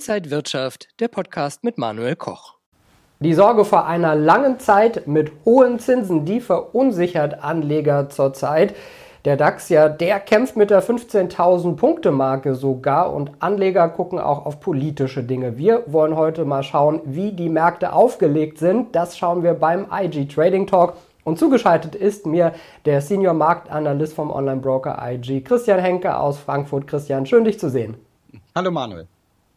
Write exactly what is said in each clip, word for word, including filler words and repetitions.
Inside Wirtschaft, der Podcast mit Manuel Koch. Die Sorge vor einer langen Zeit mit hohen Zinsen, die verunsichert Anleger zurzeit. Der DAX, ja, der kämpft mit der fünfzehntausend-Punkte-Marke sogar und Anleger gucken auch auf politische Dinge. Wir wollen heute mal schauen, wie die Märkte aufgelegt sind. Das schauen wir beim I G Trading Talk. Und zugeschaltet ist mir der Senior Marktanalyst vom Online-Broker I G, Christian Henke aus Frankfurt. Christian, schön dich zu sehen. Hallo Manuel.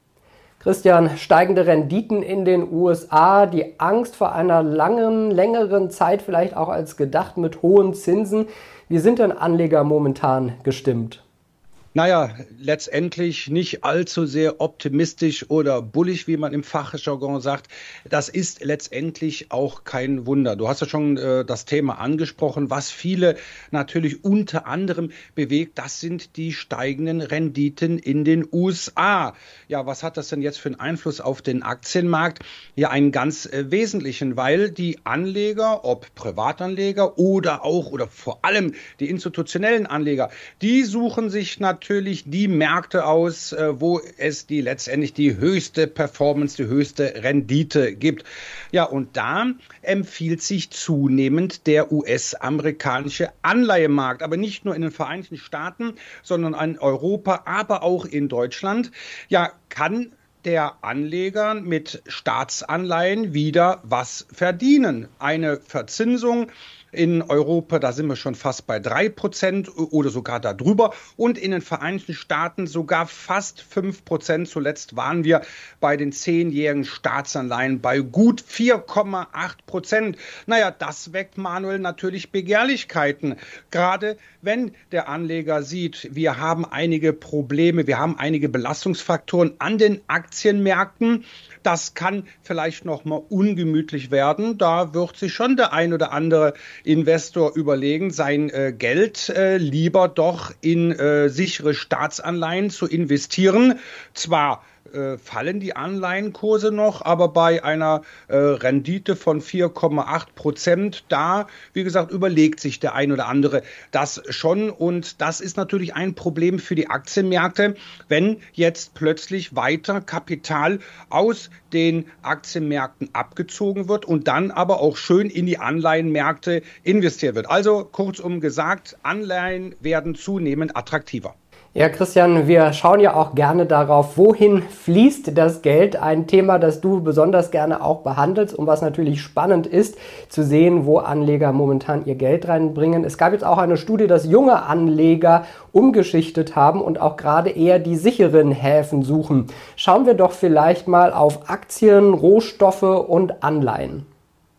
Christian, steigende Renditen in den U S A, die Angst vor einer langen, längeren Zeit, vielleicht auch als gedacht mit hohen Zinsen. Wie sind denn Anleger momentan gestimmt? Naja, letztendlich nicht allzu sehr optimistisch oder bullig, wie man im Fachjargon sagt. Das ist letztendlich auch kein Wunder. Du hast ja schon äh, das Thema angesprochen, was viele natürlich unter anderem bewegt. Das sind die steigenden Renditen in den U S A. Ja, was hat das denn jetzt für einen Einfluss auf den Aktienmarkt? Ja, einen ganz äh, wesentlichen, weil die Anleger, ob Privatanleger oder auch oder vor allem die institutionellen Anleger, die suchen sich natürlich natürlich die Märkte aus, wo es die letztendlich die höchste Performance, die höchste Rendite gibt. Ja, und da empfiehlt sich zunehmend der U S-amerikanische Anleihemarkt, aber nicht nur in den Vereinigten Staaten, sondern in Europa, aber auch in Deutschland. Ja, kann der Anleger mit Staatsanleihen wieder was verdienen. Eine Verzinsung in Europa, da sind wir schon fast bei drei Prozent oder sogar darüber und in den Vereinigten Staaten sogar fast fünf Prozent. Zuletzt waren wir bei den zehnjährigen Staatsanleihen bei gut vier Komma acht Prozent. Naja, das weckt, Manuel, natürlich Begehrlichkeiten. Gerade wenn der Anleger sieht, wir haben einige Probleme, wir haben einige Belastungsfaktoren an den Aktienmärkten. Das kann vielleicht noch mal ungemütlich werden. Da wird sich schon der ein oder andere Investor überlegen, sein äh, Geld äh, lieber doch in äh, sichere Staatsanleihen zu investieren. Zwar äh, fallen die Anleihenkurse noch, aber bei einer äh, Rendite von vier Komma acht Prozent, da, wie gesagt, überlegt sich der ein oder andere das schon. Und das ist natürlich ein Problem für die Aktienmärkte, wenn jetzt plötzlich weiter Kapital aus den Aktienmärkten abgezogen wird und dann aber auch schön in die Anleihenmärkte investiert wird. Also kurzum gesagt, Anleihen werden zunehmend attraktiver. Ja, Christian, wir schauen ja auch gerne darauf, wohin fließt das Geld. Ein Thema, das du besonders gerne auch behandelst und was natürlich spannend ist, zu sehen, wo Anleger momentan ihr Geld reinbringen. Es gab jetzt auch eine Studie, dass junge Anleger umgeschichtet haben und auch gerade eher die sicheren Häfen suchen. Schauen wir doch vielleicht mal auf Aktien, Rohstoffe und Anleihen.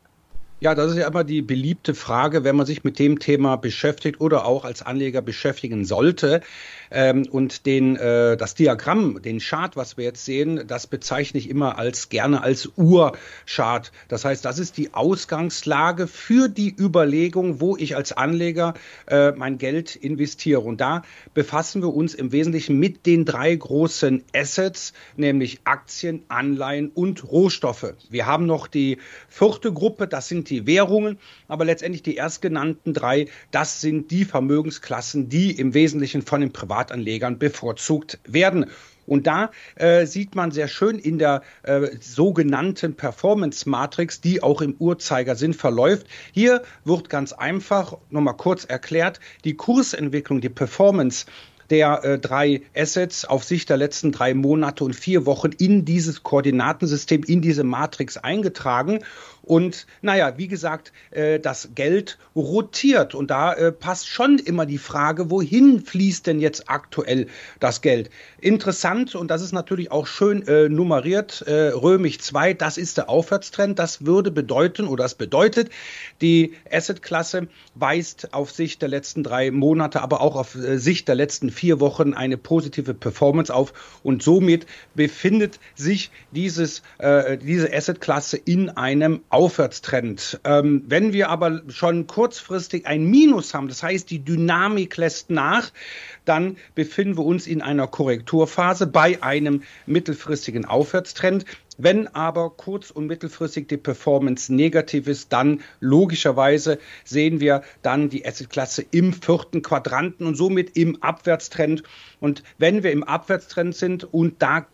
Ja, das ist ja immer die beliebte Frage, wenn man sich mit dem Thema beschäftigt oder auch als Anleger beschäftigen sollte. Ähm, und den, äh, das Diagramm, den Chart, was wir jetzt sehen, das bezeichne ich immer als gerne als Urchart. Das heißt, das ist die Ausgangslage für die Überlegung, wo ich als Anleger äh, mein Geld investiere. Und da befassen wir uns im Wesentlichen mit den drei großen Assets, nämlich Aktien, Anleihen und Rohstoffe. Wir haben noch die vierte Gruppe, das sind die Währungen, aber letztendlich die erstgenannten drei, das sind die Vermögensklassen, die im Wesentlichen von den Privatanlegern bevorzugt werden. Und da äh, sieht man sehr schön in der äh, sogenannten Performance-Matrix, die auch im Uhrzeigersinn verläuft. Hier wird ganz einfach, nochmal kurz erklärt, die Kursentwicklung, die Performance der äh, drei Assets auf Sicht der letzten drei Monate und vier Wochen in dieses Koordinatensystem, in diese Matrix eingetragen. Und naja, wie gesagt, äh, das Geld rotiert und da äh, passt schon immer die Frage, wohin fließt denn jetzt aktuell das Geld? Interessant, und das ist natürlich auch schön äh, nummeriert, äh, römisch zwei, das ist der Aufwärtstrend. Das würde bedeuten, oder das bedeutet, die Assetklasse weist auf Sicht der letzten drei Monate, aber auch auf äh, Sicht der letzten vier Wochen eine positive Performance auf und somit befindet sich dieses, äh, diese Assetklasse in einem Aufwärtstrend. Ähm, wenn wir aber schon kurzfristig ein Minus haben, das heißt, die Dynamik lässt nach, dann befinden wir uns in einer Korrekturphase bei einem mittelfristigen Aufwärtstrend. Wenn aber kurz- und mittelfristig die Performance negativ ist, dann logischerweise sehen wir dann die Assetklasse im vierten Quadranten und somit im Abwärtstrend. Und wenn wir im Abwärtstrend sind, und da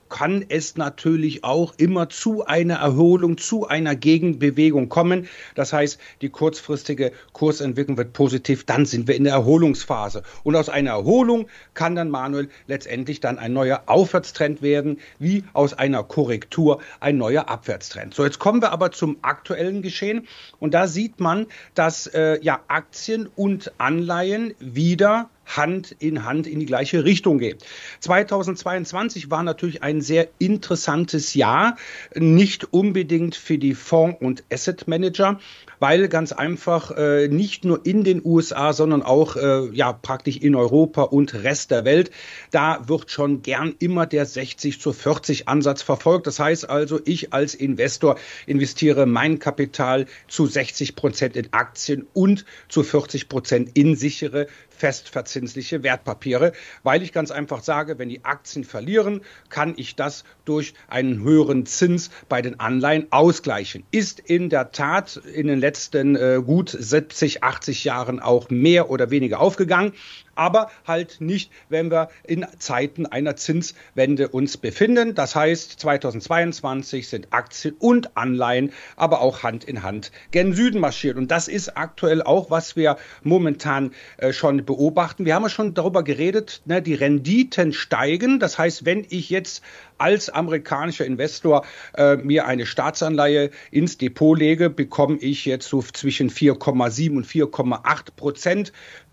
kann es natürlich auch immer zu einer Erholung, zu einer Gegenbewegung kommen. Das heißt, die kurzfristige Kursentwicklung wird positiv, dann sind wir in der Erholungsphase. Und aus einer Erholung kann dann, Manuel, letztendlich dann ein neuer Aufwärtstrend werden, wie aus einer Korrektur ein neuer Abwärtstrend. So, jetzt kommen wir aber zum aktuellen Geschehen. Und da sieht man, dass äh, ja Aktien und Anleihen wieder Hand in Hand in die gleiche Richtung geht. zweitausendzweiundzwanzig war natürlich ein sehr interessantes Jahr, nicht unbedingt für die Fonds- und Asset Manager, weil ganz einfach äh, nicht nur in den U S A, sondern auch äh, ja praktisch in Europa und Rest der Welt, da wird schon gern immer der sechzig zu vierzig Ansatz verfolgt. Das heißt also, ich als Investor investiere mein Kapital zu sechzig Prozent in Aktien und zu vierzig Prozent in sichere festverzinsliche Wertpapiere, weil ich ganz einfach sage, wenn die Aktien verlieren, kann ich das durch einen höheren Zins bei den Anleihen ausgleichen. Ist in der Tat in den letzten äh, gut siebzig, achtzig Jahren auch mehr oder weniger aufgegangen, aber halt nicht, wenn wir in Zeiten einer Zinswende uns befinden. Das heißt, zweitausendzweiundzwanzig sind Aktien und Anleihen aber auch Hand in Hand gen Süden marschiert. Und das ist aktuell auch, was wir momentan äh, schon beobachten. Wir haben ja schon darüber geredet, ne, die Renditen steigen. Das heißt, wenn ich jetzt als amerikanischer Investor äh, mir eine Staatsanleihe ins Depot lege, bekomme ich jetzt so zwischen vier Komma sieben und vier Komma acht Prozent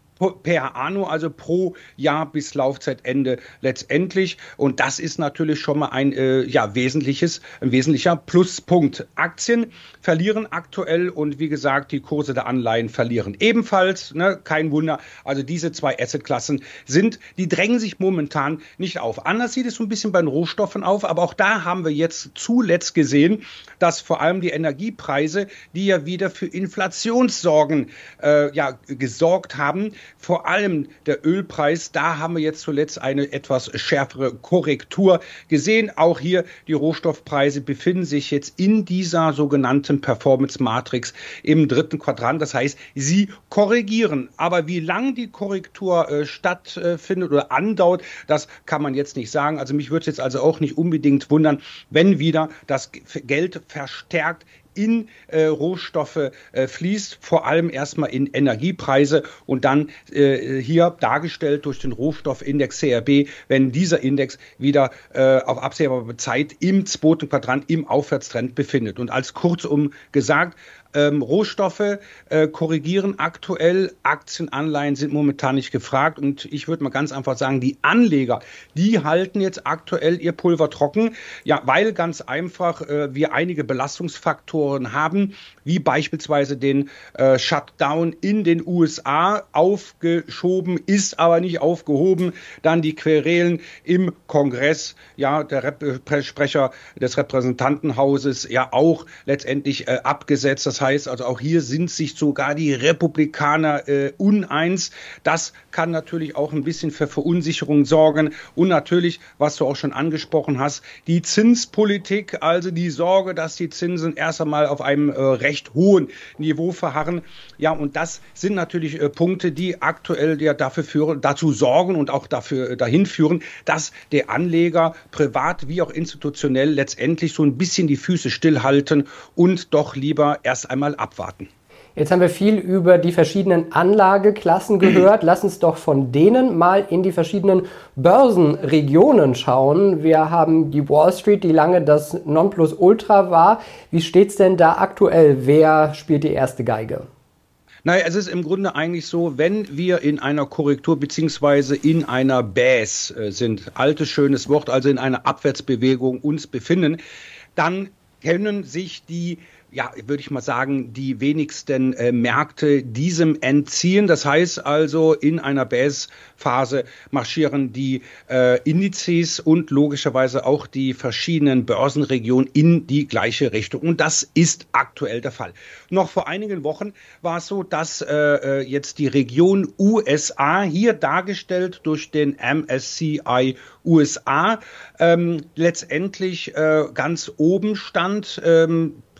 per anno, also pro Jahr bis Laufzeitende letztendlich. Und das ist natürlich schon mal ein äh, ja, wesentliches, ein wesentlicher Pluspunkt. Aktien verlieren aktuell und wie gesagt, die Kurse der Anleihen verlieren ebenfalls. Ne? Kein Wunder. Also diese zwei Assetklassen sind, die drängen sich momentan nicht auf. Anders sieht es so ein bisschen bei den Rohstoffen auf, aber auch da haben wir jetzt zuletzt gesehen, dass vor allem die Energiepreise, die ja wieder für Inflationssorgen äh, ja, gesorgt haben, vor allem der Ölpreis, da haben wir jetzt zuletzt eine etwas schärfere Korrektur gesehen. Auch hier die Rohstoffpreise befinden sich jetzt in dieser sogenannten Performance Matrix im dritten Quadrant. Das heißt, sie korrigieren. Aber wie lang die Korrektur äh, stattfindet oder andauert, das kann man jetzt nicht sagen. Also mich würde es jetzt also auch nicht unbedingt wundern, wenn wieder das Geld verstärkt in äh, Rohstoffe äh, fließt, vor allem erstmal in Energiepreise und dann äh, hier dargestellt durch den Rohstoffindex C R B, wenn dieser Index wieder äh, auf absehbare Zeit im zweiten Quadrant im Aufwärtstrend befindet. Und als kurzum gesagt, Ähm, Rohstoffe äh, korrigieren aktuell, Aktienanleihen sind momentan nicht gefragt und ich würde mal ganz einfach sagen, die Anleger, die halten jetzt aktuell ihr Pulver trocken, ja, weil ganz einfach äh, wir einige Belastungsfaktoren haben, wie beispielsweise den äh, Shutdown in den U S A, aufgeschoben, ist aber nicht aufgehoben, dann die Querelen im Kongress, ja, der Rep- Sprecher des Repräsentantenhauses ja auch letztendlich äh, abgesetzt. Das heißt also, auch hier sind sich sogar die Republikaner äh, uneins. Das kann natürlich auch ein bisschen für Verunsicherung sorgen. Und natürlich, was du auch schon angesprochen hast, die Zinspolitik, also die Sorge, dass die Zinsen erst einmal auf einem äh, recht hohen Niveau verharren. Ja, und das sind natürlich äh, Punkte, die aktuell ja dafür führen, dazu sorgen und auch dafür äh, dahin führen, dass der Anleger privat wie auch institutionell letztendlich so ein bisschen die Füße stillhalten und doch lieber erst einmal abwarten. Jetzt haben wir viel über die verschiedenen Anlageklassen gehört. Lass uns doch von denen mal in die verschiedenen Börsenregionen schauen. Wir haben die Wall Street, die lange das Nonplusultra war. Wie steht's denn da aktuell? Wer spielt die erste Geige? Naja, es ist im Grunde eigentlich so, wenn wir in einer Korrektur beziehungsweise in einer Baisse äh, sind, altes schönes Wort, also in einer Abwärtsbewegung uns befinden, dann können sich die ja, würde ich mal sagen, die wenigsten äh, Märkte diesem entziehen. Das heißt also, in einer Baisse-Phase marschieren die äh, Indizes und logischerweise auch die verschiedenen Börsenregionen in die gleiche Richtung. Und das ist aktuell der Fall. Noch vor einigen Wochen war es so, dass äh, jetzt die Region U S A, hier dargestellt durch den M S C I U S A, ähm, letztendlich äh, ganz oben stand, ähm,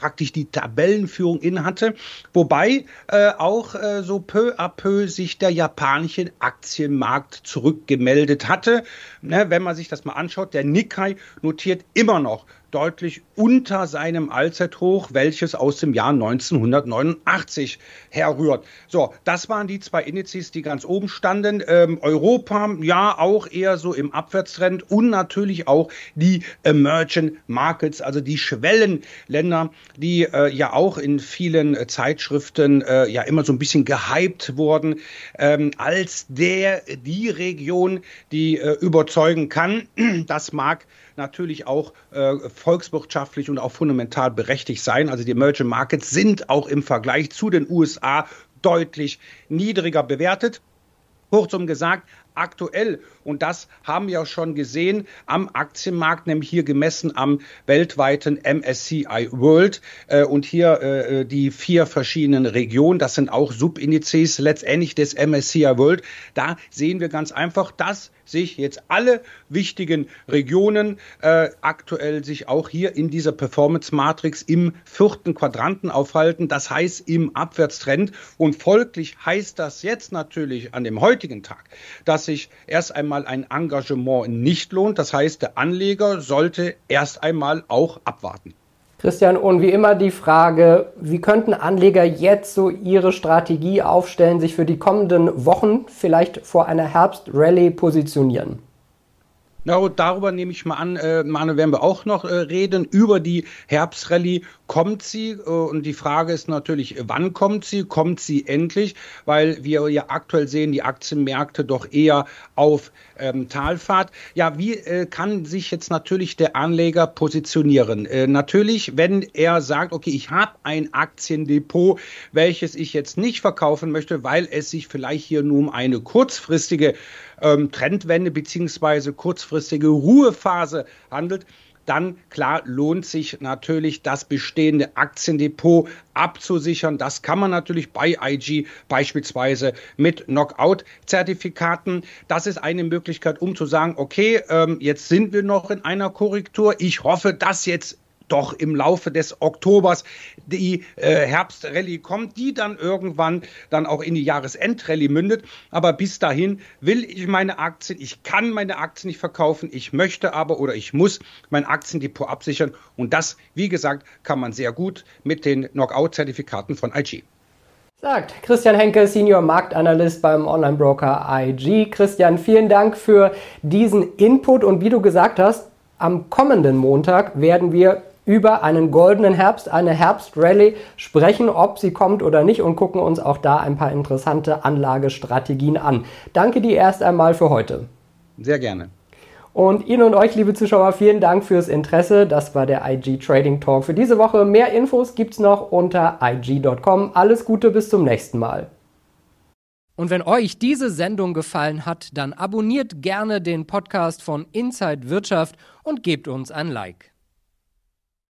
praktisch die Tabellenführung innehatte, wobei äh, auch äh, so peu à peu sich der japanische Aktienmarkt zurückgemeldet hatte. Ne, wenn man sich das mal anschaut, der Nikkei notiert immer noch deutlich unter seinem Allzeithoch, welches aus dem Jahr neunzehnhundertneunundachtzig herrührt. So, das waren die zwei Indizes, die ganz oben standen. Ähm, Europa, ja, auch eher so im Abwärtstrend und natürlich auch die Emerging Markets, also die Schwellenländer, die äh, ja auch in vielen äh, Zeitschriften äh, ja immer so ein bisschen gehypt wurden, ähm, als der, die Region, die äh, überzeugen kann. Das mag natürlich auch äh, volkswirtschaftlich und auch fundamental berechtigt sein. Also die Emerging Markets sind auch im Vergleich zu den U S A deutlich niedriger bewertet. Kurzum gesagt, aktuell, und das haben wir auch schon gesehen, am Aktienmarkt, nämlich hier gemessen am weltweiten M S C I World äh, und hier äh, die vier verschiedenen Regionen, das sind auch Subindizes letztendlich des M S C I World, da sehen wir ganz einfach, dass sich jetzt alle wichtigen Regionen äh, aktuell sich auch hier in dieser Performance-Matrix im vierten Quadranten aufhalten, das heißt im Abwärtstrend, und folglich heißt das jetzt natürlich an dem heutigen Tag, dass sich erst einmal ein Engagement nicht lohnt. Das heißt, der Anleger sollte erst einmal auch abwarten. Christian, und wie immer die Frage, wie könnten Anleger jetzt so ihre Strategie aufstellen, sich für die kommenden Wochen vielleicht vor einer Herbstrallye positionieren? Na, darüber nehme ich mal an, äh, Manu, werden wir auch noch äh, reden. Über die Herbstrallye kommt sie, äh, und die Frage ist natürlich, wann kommt sie? Kommt sie endlich? Weil wir ja aktuell sehen, die Aktienmärkte doch eher auf ähm, Talfahrt. Ja, wie äh, kann sich jetzt natürlich der Anleger positionieren? Äh, natürlich, wenn er sagt, okay, ich habe ein Aktiendepot, welches ich jetzt nicht verkaufen möchte, weil es sich vielleicht hier nur um eine kurzfristige ähm, Trendwende beziehungsweise kurzfristige Ruhephase handelt, dann klar lohnt sich natürlich das bestehende Aktiendepot abzusichern. Das kann man natürlich bei I G beispielsweise mit Knockout-Zertifikaten. Das ist eine Möglichkeit, um zu sagen, okay, ähm, jetzt sind wir noch in einer Korrektur. Ich hoffe, dass jetzt doch im Laufe des Oktobers die äh, Herbstrallye kommt, die dann irgendwann dann auch in die Jahresendrallye mündet. Aber bis dahin will ich meine Aktien, ich kann meine Aktien nicht verkaufen, ich möchte aber oder ich muss mein Aktiendepot absichern. Und das, wie gesagt, kann man sehr gut mit den Knockout-Zertifikaten von I G. Sagt Christian Henke, Senior Marktanalyst beim Online-Broker I G. Christian, vielen Dank für diesen Input. Und wie du gesagt hast, am kommenden Montag werden wir über einen goldenen Herbst, eine Herbstrallye sprechen, ob sie kommt oder nicht, und gucken uns auch da ein paar interessante Anlagestrategien an. Danke dir erst einmal für heute. Sehr gerne. Und Ihnen und euch, liebe Zuschauer, vielen Dank fürs Interesse. Das war der I G Trading Talk für diese Woche. Mehr Infos gibt's noch unter i g punkt com. Alles Gute, bis zum nächsten Mal. Und wenn euch diese Sendung gefallen hat, dann abonniert gerne den Podcast von Inside Wirtschaft und gebt uns ein Like.